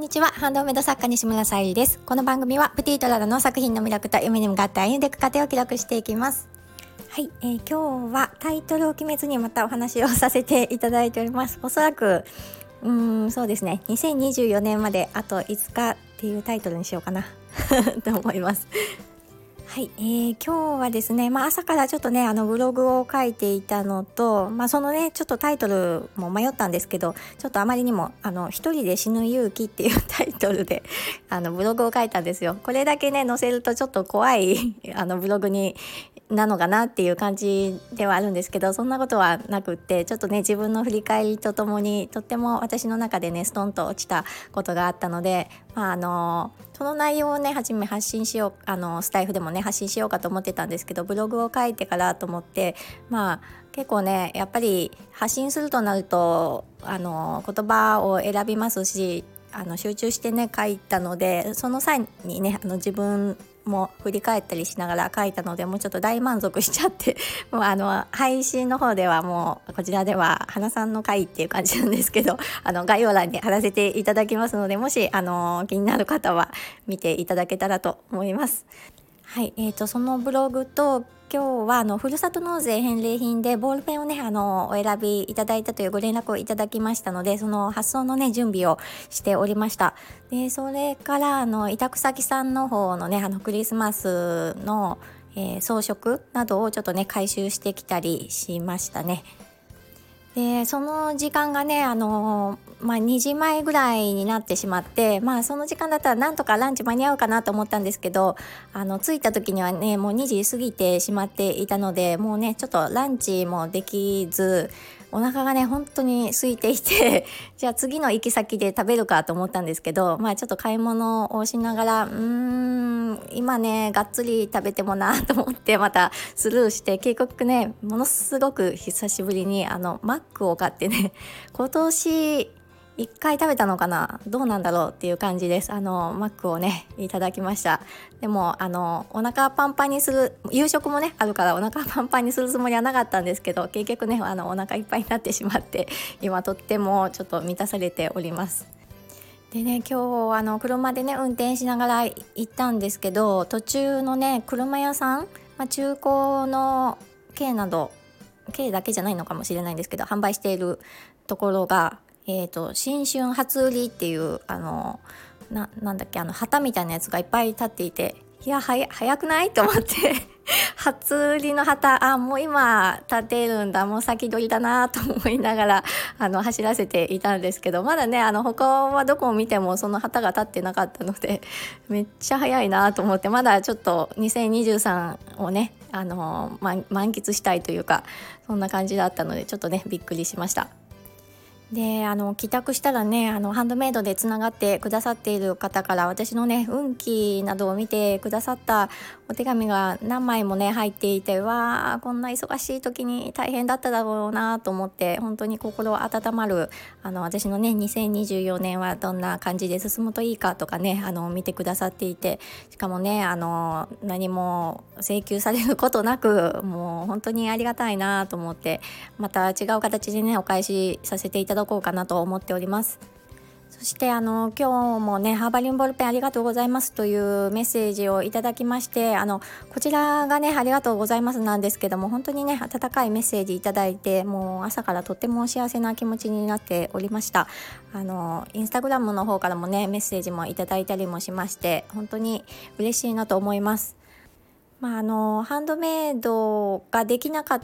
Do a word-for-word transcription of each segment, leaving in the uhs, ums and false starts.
ちは。ハンドメイド作家西村さゆりです。この番組はプティトララの作品の魅力と夢に向かって歩んでいく過程を記録していきます。はい、えー、今日はタイトルを決めずにまたお話をさせていただいております。おそらくうーんそうですねにせんにじゅうよねんまであといつかっていうタイトルにしようかなと思います。はい、えー、今日はですね、まあ、朝からちょっとねあのブログを書いていたのと、まあ、そのねちょっとタイトルも迷ったんですけど、ちょっとあまりにもあの一人で死ぬ勇気っていうタイトルであのブログを書いたんですよ。これだけね載せるとちょっと怖いあのブログになのかなっていう感じではあるんですけど、そんなことはなくって、ちょっとね自分の振り返りとともにとっても私の中でねストンと落ちたことがあったので、まああのその内容をね初め発信しよう、あのスタイフでもね発信しようかと思ってたんですけど、ブログを書いてからと思って、まあ結構ねやっぱり発信するとなるとあの言葉を選びますし、あの集中してね書いたので、その際にねあの自分も振り返ったりしながら書いたので、もうちょっと大満足しちゃってもうあの配信の方ではもうこちらでは花さんの回っていう感じなんですけど、あの概要欄に貼らせていただきますので、もしあの気になる方は見ていただけたらと思います。はい、えーと、そのブログと今日はあのふるさと納税返礼品でボールペンをねあのお選びいただいたというご連絡をいただきましたので、その発送のね準備をしておりました。でそれからあの委託先さんの方のねあのクリスマスの、えー、装飾などをちょっとね回収してきたりしましたね。でその時間がねあのまあ、にじまえぐらいになってしまって、まあ、その時間だったらなんとかランチ間に合うかなと思ったんですけど、あの着いた時にはねもうにじ過ぎてしまっていたので、もうねちょっとランチもできず、お腹がね本当に空いていてじゃあ次の行き先で食べるかと思ったんですけど、まあちょっと買い物をしながらうーん今ねがっつり食べてもなと思ってまたスルーして、結局ねものすごく久しぶりにあのマックを買ってね、今年いっかい食べたのかな、どうなんだろうっていう感じです。あのマックをねいただきました。でもあのお腹パンパンにする、夕食もねあるからお腹パンパンにするつもりはなかったんですけど、結局ねあのお腹いっぱいになってしまって、今とってもちょっと満たされております。でね今日あの車でね運転しながら行ったんですけど、途中のね車屋さん、まあ、中古の軽など軽だけじゃないのかもしれないんですけど販売しているところが、えーと、新春初売りっていうあの な, なんだっけあの旗みたいなやつがいっぱい立っていて、いやはや早くないと思って初売りの旗、あもう今立てるんだ、もう先取りだなと思いながらあの走らせていたんですけど、まだねあの他はどこを見てもその旗が立ってなかったので、めっちゃ早いなと思って、まだちょっとにせんにじゅうさんをねあの、ま、満喫したいというか、そんな感じだったのでちょっとねびっくりしました。であの帰宅したらねあのハンドメイドでつながってくださっている方から私のね運気などを見てくださったお手紙が何枚もね入っていて、わーこんな忙しい時に大変だっただろうなと思って、本当に心温まるあの私のねにせんにじゅうよねんはどんな感じで進むといいかとかねあの見てくださっていて、しかもねあの何も請求されることなく、もう本当にありがたいなと思って、また違う形でねお返しさせていただこうかなと思っております。そしてあの今日もねハーバリウムボールペンありがとうございますというメッセージをいただきまして、あのこちらがねありがとうございますなんですけども、本当にね温かいメッセージいただいて、もう朝からとっても幸せな気持ちになっておりました。あのインスタグラムの方からもねメッセージもいただいたりもしまして、本当に嬉しいなと思います。まあ、あのハンドメイドができなかった、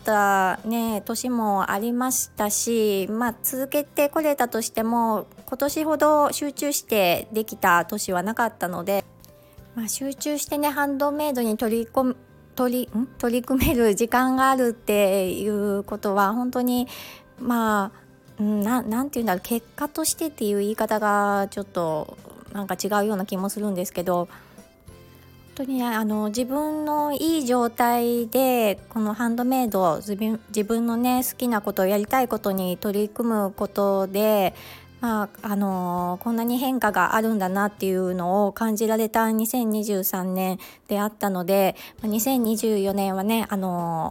ね、年もありましたし、まあ、続けてこれたとしても今年ほど集中してできた年はなかったので、まあ、集中してねハンドメイドに取り込む取りん取り組める時間があるっていうことは本当にまあな, なんていうんだろう、結果としてっていう言い方がちょっとなんか違うような気もするんですけど、本当にねあの自分のいい状態でこのハンドメイド自分自分のね好きなことをやりたいことに取り組むことで、まああのこんなに変化があるんだなっていうのを感じられたにせんにじゅうさんねんであったので、にせんにじゅうよねんはねあの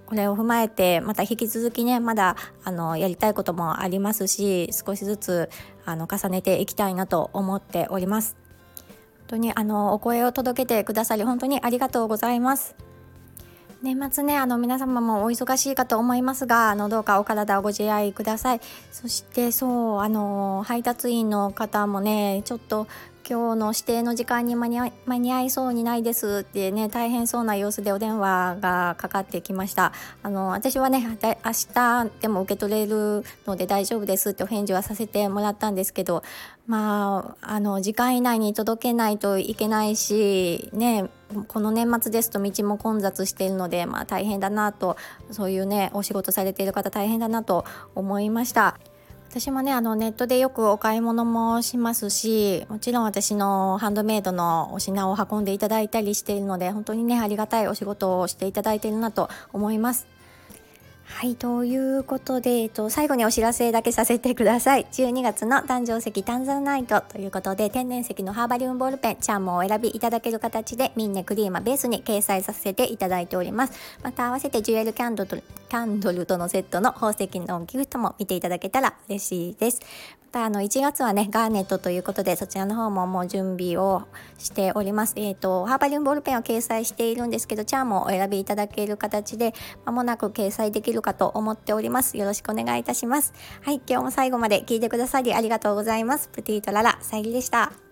これを踏まえてまた引き続きねまだあのやりたいこともありますし、少しずつあの重ねていきたいなと思っております。本当にあのお声を届けてくださり本当にありがとうございます。年末ね、あの皆様もお忙しいかと思いますが、あのどうかお体をご自愛ください。そしてそうあの配達員の方もね、ちょっと今日の指定の時間に間に合い、間に合いそうにないですってね、大変そうな様子でお電話がかかってきました。あの私はね、明日でも受け取れるので大丈夫ですってお返事はさせてもらったんですけど、まああの時間以内に届けないといけないしね、この年末ですと道も混雑しているので、まあ大変だなと、そういうねお仕事されている方大変だなと思いました。私もねあのネットでよくお買い物もしますし、もちろん私のハンドメイドのお品を運んでいただいたりしているので、本当にねありがたいお仕事をしていただいているなと思います。はい、ということで、えっと、最後にお知らせだけさせてください。じゅうにがつの誕生石タンザナイトということで、天然石のハーバリウムボールペンチャームをお選びいただける形でミンネクリーマベースに掲載させていただいております。また合わせてジュエルキャンドル、キャンドルとのセットの宝石のギフトも見ていただけたら嬉しいです。またあのいちがつはねガーネットということで、そちらの方ももう準備をしております。えっとハーバリウムボールペンを掲載しているんですけど、チャームをお選びいただける形で間もなく掲載できるかと思っております。よろしくお願いいたします。はい、今日も最後まで聞いてくださりありがとうございます。プティとララさゆりでした。